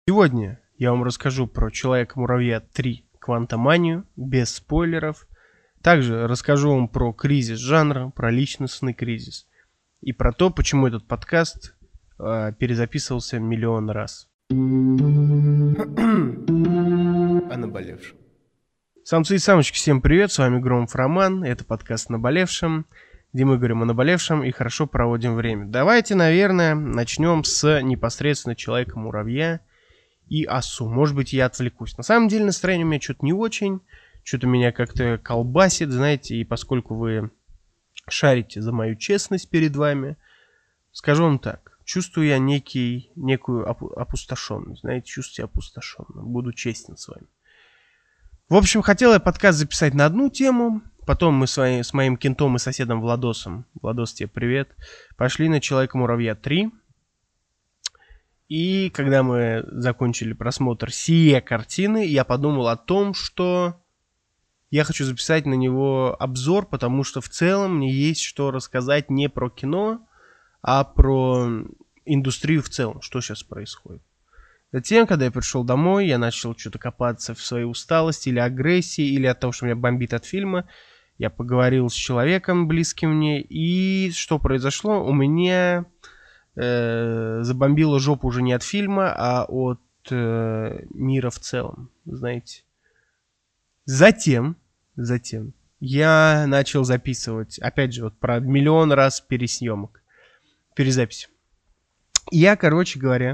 Сегодня я вам расскажу про Человека-муравья 3 Квантоманию, без спойлеров. Также расскажу вам про кризис жанра, про личностный кризис. И про то, почему этот подкаст перезаписывался миллион раз. О наболевшем. Самцы и самочки, всем привет, с вами Громов Роман, это подкаст о наболевшем, где мы говорим о наболевшем и хорошо проводим время. Давайте, наверное, начнем с непосредственно Человека-муравья и Асу. Может быть, я отвлекусь. На самом деле настроение у меня что-то не очень, что-то меня как-то колбасит, знаете, и поскольку вы шарите за мою честность перед вами, скажу вам так, чувствую я некую опустошенность, знаете, чувствую себя опустошенным, буду честен с вами. В общем, хотел я подкаст записать на одну тему, потом мы с моим кентом и соседом Владосом, Владос, тебе привет, пошли на Человека-муравья 3. И когда мы закончили просмотр сей картины, я подумал о том, что я хочу записать на него обзор, потому что в целом мне есть что рассказать не про кино, а про индустрию в целом, что сейчас происходит. Затем, когда я пришел домой, я начал что-то копаться в своей усталости или агрессии, или от того, что меня бомбит от фильма. Я поговорил с человеком близким мне, и что произошло? У меня забомбила жопу уже не от фильма, а от мира в целом, знаете. Затем я начал записывать, опять же, вот про миллион раз перезапись. Я, короче говоря,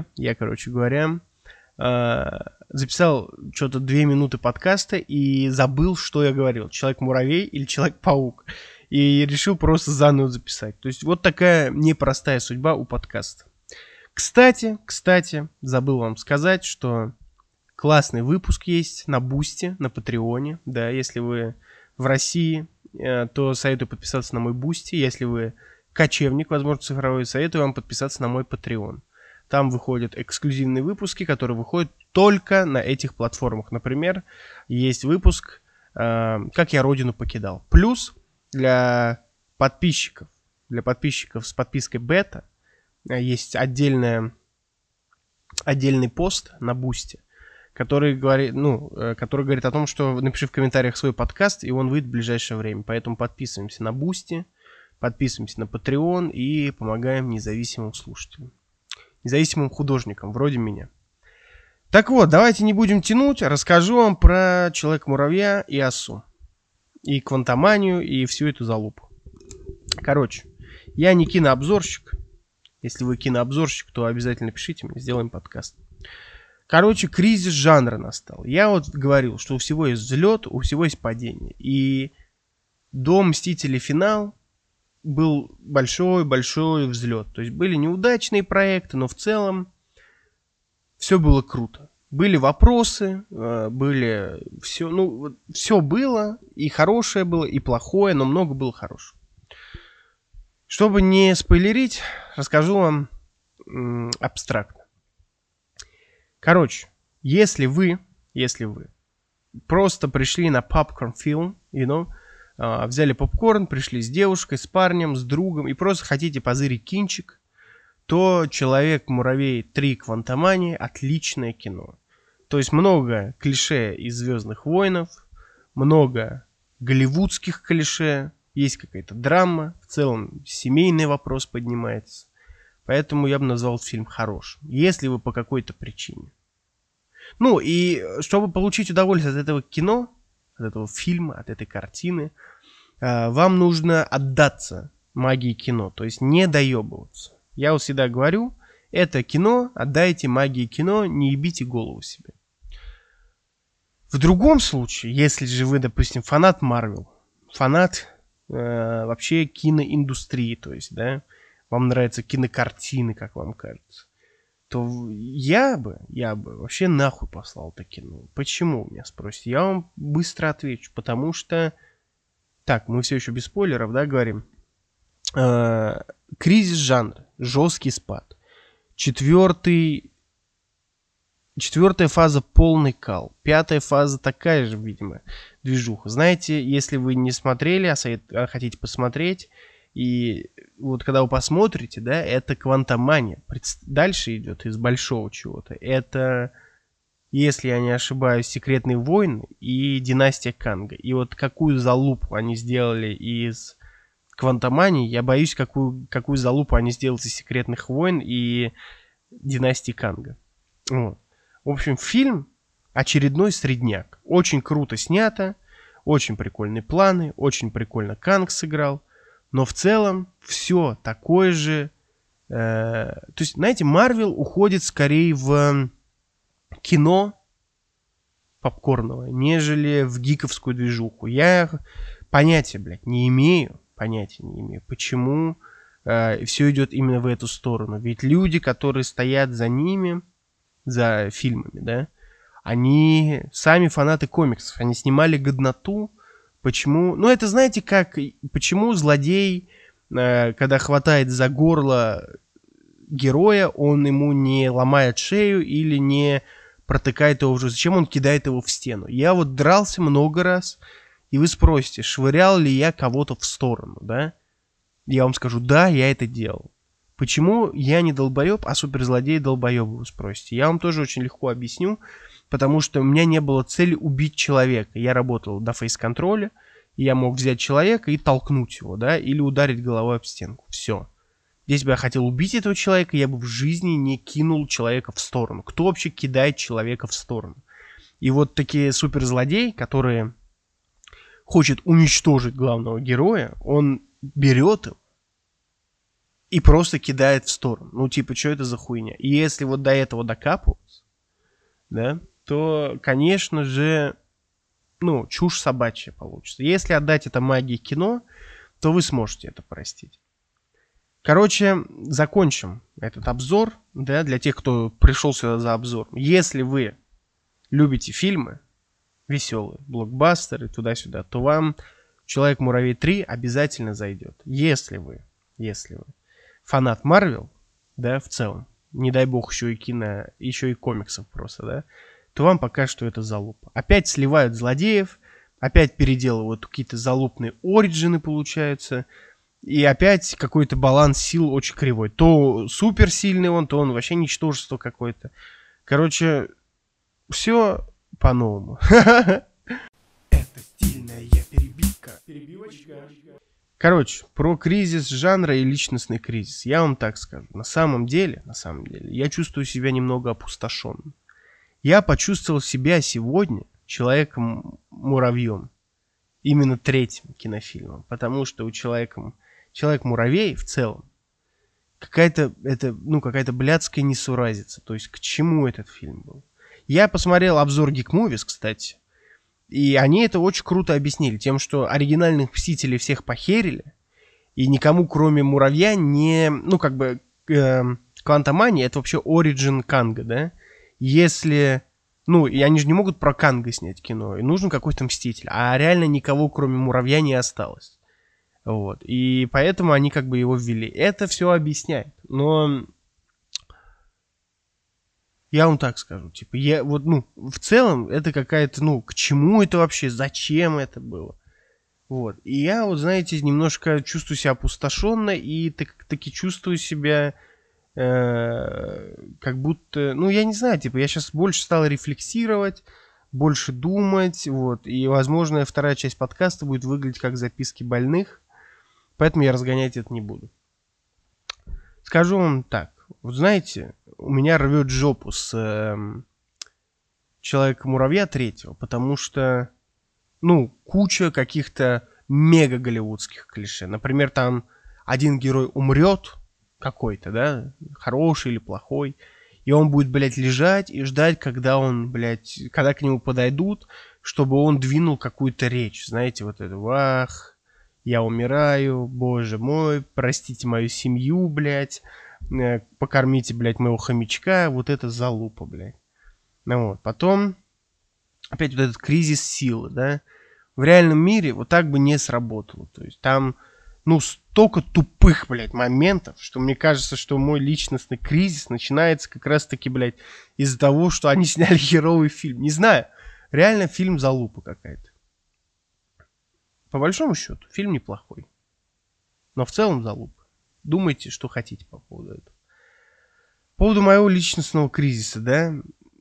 записал что-то 2 минуты подкаста и забыл, что я говорил. Человек-муравей или Человек-паук. И решил просто заново записать. То есть вот такая непростая судьба у подкаста. Кстати, забыл вам сказать, что классный выпуск есть на Бусти, на Патреоне. Да, если вы в России, то советую подписаться на мой Бусти. Если вы кочевник, возможно, цифровой, советую вам подписаться на мой Patreon. Там выходят эксклюзивные выпуски, которые выходят только на этих платформах. Например, есть выпуск «Как я родину покидал». Плюс для подписчиков с подпиской бета есть отдельный пост на Бусти, который говорит о том, что напиши в комментариях свой подкаст, и он выйдет в ближайшее время. Поэтому подписываемся на Бусти, подписываемся на Patreon и помогаем независимым слушателям. Независимым художникам, вроде меня. Так вот, давайте не будем тянуть, расскажу вам про Человека-муравья и Асу. И Квантоманию, и всю эту залупу. Короче, я не кинообзорщик. Если вы кинообзорщик, то обязательно пишите мне, сделаем подкаст. Короче, кризис жанра настал. Я вот говорил, что у всего есть взлет, у всего есть падение. И до «Мстителей. Финал» был большой взлет. То есть были неудачные проекты, но в целом все было круто. Были вопросы, все было, и хорошее было, и плохое, но много было хорошего. Чтобы не спойлерить, расскажу вам абстрактно. Короче, если вы просто пришли на попкорн фильм, взяли попкорн, пришли с девушкой, с парнем, с другом, и просто хотите позырить кинчик, то «Человек-муравей 3 Квантомания» — отличное кино. То есть много клише из «Звездных войнов», много голливудских клише, есть какая-то драма, в целом семейный вопрос поднимается. Поэтому я бы назвал фильм хорошим, если вы по какой-то причине. Ну и чтобы получить удовольствие от этого кино, от этого фильма, от этой картины, вам нужно отдаться магии кино, то есть не доебываться. Я вот всегда говорю, это кино, отдайте магии кино, не ебите голову себе. В другом случае, если же вы, допустим, фанат Марвел, фанат вообще киноиндустрии, то есть, да, вам нравятся кинокартины, как вам кажется, то я бы вообще нахуй послал это кино. Почему, меня спросите? Я вам быстро отвечу, потому что... Так, мы все еще без спойлеров, да, говорим. Кризис жанра, жесткий спад. Четвертая фаза полный кал. 5-я фаза такая же, видимо, движуха. Знаете, если вы не смотрели, а хотите посмотреть, И вот когда вы посмотрите, да, это «Квантомания». Дальше идет из большого чего-то. Это, если я не ошибаюсь, «Секретные войны» и «Династия Канга». И вот какую залупу они сделали из «Квантомании», я боюсь, какую залупу они сделают из «Секретных войн» и «Династии Канга». Вот. В общем, фильм очередной средняк. Очень круто снято, очень прикольные планы, очень прикольно Канг сыграл. Но в целом все такое же. То есть, знаете, Марвел уходит скорее в кино попкорновое, нежели в гиковскую движуху. Я понятия, блядь, не имею. Почему все идет именно в эту сторону. Ведь люди, которые стоят за ними, за фильмами, да, они сами фанаты комиксов. Они снимали годноту. Почему? Ну, это знаете как... Почему злодей, когда хватает за горло героя, он ему не ломает шею или не протыкает его уже? Зачем он кидает его в стену? Я вот дрался много раз, и вы спросите, швырял ли я кого-то в сторону, да? Я вам скажу, да, я это делал. Почему я не долбоеб, а суперзлодей долбоеб, вы спросите? Я вам тоже очень легко объясню. Потому что у меня не было цели убить человека. Я работал до фейс-контроля, и я мог взять человека и толкнуть его, да, или ударить головой об стенку. Все. Если бы я хотел убить этого человека, я бы в жизни не кинул человека в сторону. Кто вообще кидает человека в сторону? И вот такие суперзлодеи, которые хочет уничтожить главного героя, он берет его и просто кидает в сторону. Ну, типа, что это за хуйня? И если вот до этого докапываться, да, то, конечно же, ну, чушь собачья получится. Если отдать это магии кино, то вы сможете это простить. Короче, закончим этот обзор, да, для тех, кто пришел сюда за обзор. Если вы любите фильмы веселые, блокбастеры, туда-сюда, то вам «Человек-муравей 3» обязательно зайдет. Если вы фанат Марвел, да, в целом, не дай бог еще и кино, еще и комиксов просто, да, то вам пока что это залупа. Опять сливают злодеев, опять переделывают какие-то залупные ориджины получаются, и опять какой-то баланс сил очень кривой. То суперсильный он, то он вообще ничтожество какое-то. Короче, все по-новому. Это стильная перебивка. Перебивочка. Короче, про кризис жанра и личностный кризис. Я вам так скажу. На самом деле, я чувствую себя немного опустошенным. Я почувствовал себя сегодня Человеком-муравьем. Именно третьим кинофильмом. Потому что у Человек-муравей в целом какая-то блядская несуразица. То есть к чему этот фильм был? Я посмотрел обзор Geek Movies, кстати. И они это очень круто объяснили. Тем, что оригинальных Мстителей всех похерили. И никому, кроме муравья, не... Ну, как бы... Квантомания — это вообще оригин Канга, да? Если... Ну, и они же не могут про Канга снять кино. И нужен какой-то Мститель. А реально никого, кроме муравья, не осталось. Вот. И поэтому они как бы его ввели. Это все объясняет. Но... Я вам так скажу. Типа, в целом, это какая-то, к чему это вообще? Зачем это было? Вот. И я, вот, знаете, немножко чувствую себя опустошенно. И таки чувствую себя... как будто, я не знаю, типа, я сейчас больше стал рефлексировать, больше думать, вот, и, возможно, вторая часть подкаста будет выглядеть как записки больных, поэтому я разгонять это не буду. Скажу вам так, вот знаете, у меня рвет жопу с Человека-муравья 3, потому что, куча каких-то мега голливудских клише. Например, там один герой умрет, какой-то, да, хороший или плохой, и он будет, блядь, лежать и ждать, когда к нему подойдут, чтобы он двинул какую-то речь, знаете, вот это, ах, я умираю, боже мой, простите мою семью, блядь, покормите, блядь, моего хомячка, вот это залупа, блядь. Ну вот, потом, опять вот этот кризис силы, да, в реальном мире вот так бы не сработало, то есть там столько тупых, блядь, моментов, что мне кажется, что мой личностный кризис начинается как раз-таки, блядь, из-за того, что они сняли херовый фильм. Не знаю, реально фильм залупа какая-то. По большому счету, фильм неплохой. Но в целом залупа. Думайте, что хотите по поводу этого. По поводу моего личностного кризиса, да.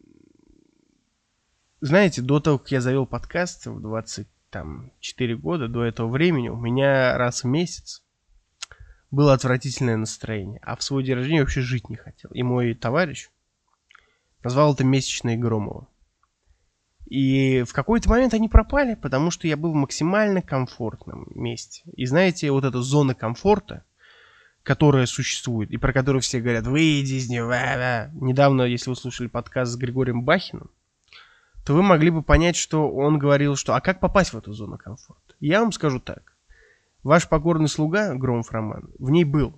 Знаете, до того, как я завел подкаст в 24 года, до этого времени, у меня раз в месяц было отвратительное настроение. А в свой день рождения вообще жить не хотел. И мой товарищ назвал это месячные Громова. И в какой-то момент они пропали, потому что я был в максимально комфортном месте. И знаете, вот эта зона комфорта, которая существует, и про которую все говорят, выйди из нее. Недавно, если вы слушали подкаст с Григорием Бахиным, то вы могли бы понять, что он говорил, что а как попасть в эту зону комфорта? Я вам скажу так. Ваш покорный слуга, Громов Роман, в ней был.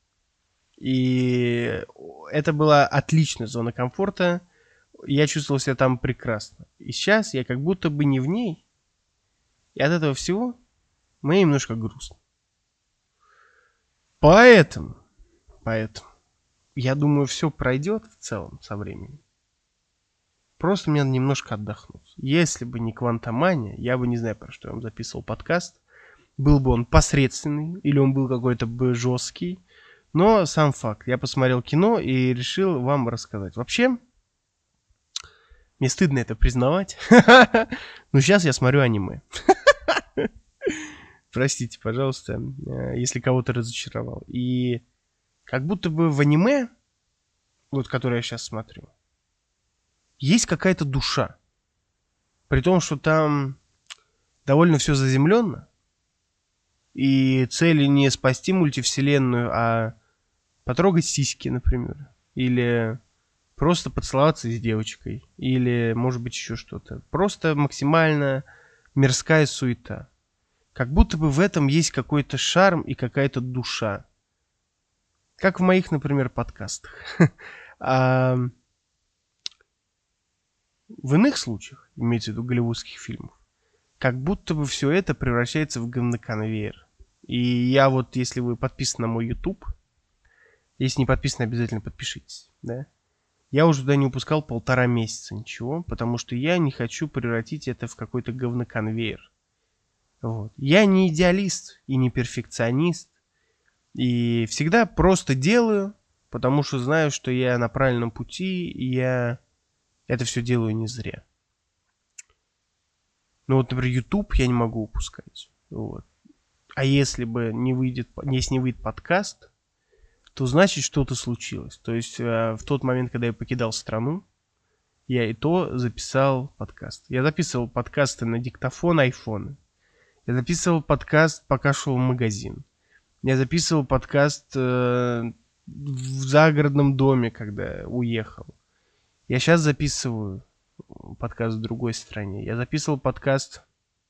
И это была отличная зона комфорта. Я чувствовал себя там прекрасно. И сейчас я как будто бы не в ней. И от этого всего мне немножко грустно. Поэтому, я думаю, все пройдет в целом со временем. Просто мне надо немножко отдохнуть. Если бы не Квантомания, я бы не знаю, про что я вам записывал подкаст. Был бы он посредственный, или он был какой-то бы жесткий. Но сам факт. Я посмотрел кино и решил вам рассказать. Вообще, мне стыдно это признавать. Но сейчас я смотрю аниме. Простите, пожалуйста, если кого-то разочаровал. И как будто бы в аниме, вот которое я сейчас смотрю, есть какая-то душа. При том, что там довольно все заземленно. И цель не спасти мультивселенную, а потрогать сиськи, например. Или просто поцеловаться с девочкой. Или, может быть, еще что-то. Просто максимально мирская суета. Как будто бы в этом есть какой-то шарм и какая-то душа. Как в моих, например, подкастах. В иных случаях, имеется в виду голливудских фильмов, как будто бы все это превращается в говноконвейер. И я вот, если вы подписаны на мой YouTube, если не подписаны, обязательно подпишитесь, да? Я уже туда не упускал 1,5 месяца ничего, потому что я не хочу превратить это в какой-то говноконвейер. Вот. Я не идеалист и не перфекционист. И всегда просто делаю, потому что знаю, что я на правильном пути, и я это все делаю не зря. Ну вот, например, YouTube я не могу упускать. Вот. А если не выйдет подкаст, то значит что-то случилось. То есть в тот момент, когда я покидал страну, я и то записал подкаст. Я записывал подкасты на диктофон айфона. Я записывал подкаст, пока шел в магазин. Я записывал подкаст в загородном доме, когда уехал. Я сейчас записываю подкаст в другой стране. Я записывал подкаст...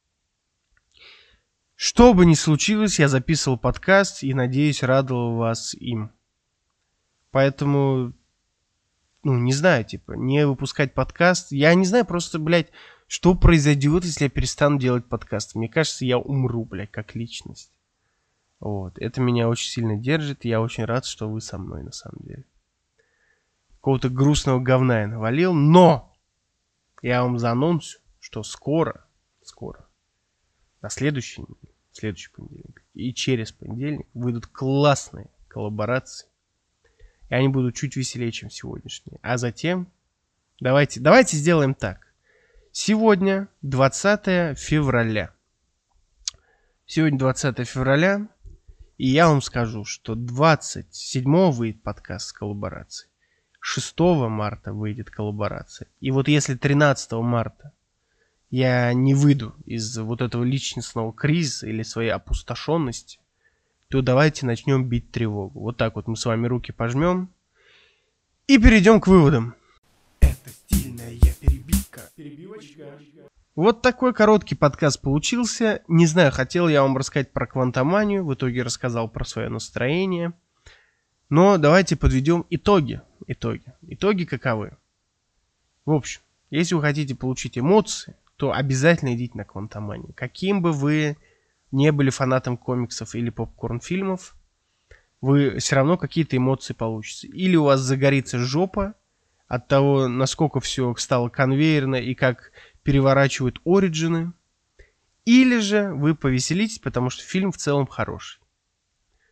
Что бы ни случилось, я записывал подкаст и, надеюсь, радовал вас им. Поэтому, не знаю, не выпускать подкаст. Я не знаю просто, блядь, что произойдет, если я перестану делать подкаст. Мне кажется, я умру, блядь, как личность. Вот. Это меня очень сильно держит, и я очень рад, что вы со мной, на самом деле. Какого-то грустного говна я навалил, но я вам заанонсю, что скоро, на следующий понедельник и через понедельник выйдут классные коллаборации. И они будут чуть веселее, чем сегодняшние. А затем, давайте сделаем так. Сегодня 20 февраля. Сегодня 20 февраля. И я вам скажу, что 27-го выйдет подкаст с коллаборацией. 6 марта выйдет коллаборация. И вот если 13 марта я не выйду из вот этого личностного кризиса или своей опустошенности, то давайте начнем бить тревогу. Вот так вот мы с вами руки пожмем и перейдем к выводам. Это стильная перебивка. Перебивочка. Вот такой короткий подкаст получился. Не знаю, хотел я вам рассказать про Квантоманию. В итоге рассказал про свое настроение. Но давайте подведем итоги. Итоги каковы? В общем, если вы хотите получить эмоции, то обязательно идите на Квантоманию. Каким бы вы не были фанатом комиксов или попкорн-фильмов, вы все равно какие-то эмоции получите. Или у вас загорится жопа от того, насколько все стало конвейерно и как переворачивают оригины. Или же вы повеселитесь, потому что фильм в целом хороший.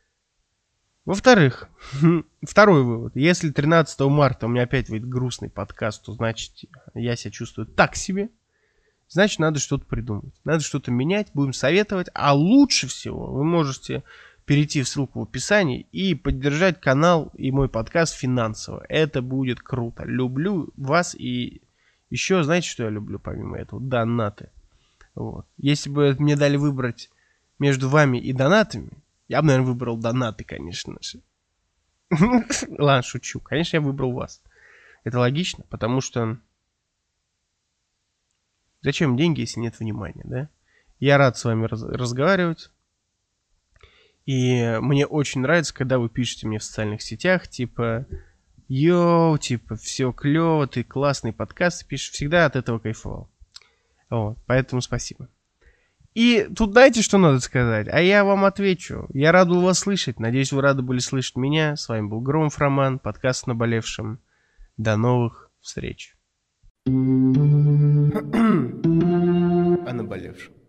Во-вторых, второй вывод. Если 13 марта у меня опять выйдет грустный подкаст, то значит я себя чувствую так себе. Значит, надо что-то придумать. Надо что-то менять, будем советовать. А лучше всего вы можете перейти в ссылку в описании и поддержать канал и мой подкаст финансово. Это будет круто. Люблю вас и еще, знаете, что я люблю помимо этого? Донаты. Вот. Если бы мне дали выбрать между вами и донатами, я бы, наверное, выбрал донаты, конечно же. Ладно, шучу. Конечно, я выбрал вас. Это логично, потому что зачем деньги, если нет внимания, да? Я рад с вами разговаривать. И мне очень нравится, когда вы пишете мне в социальных сетях, типа, йоу, типа, все клево, ты классный подкаст пишешь. Всегда от этого кайфовал. Вот, поэтому спасибо. И тут знаете, что надо сказать? А я вам отвечу. Я рад был вас слышать. Надеюсь, вы рады были слышать меня. С вами был Громов Роман, подкаст о наболевшем. До новых встреч. О наболевшем.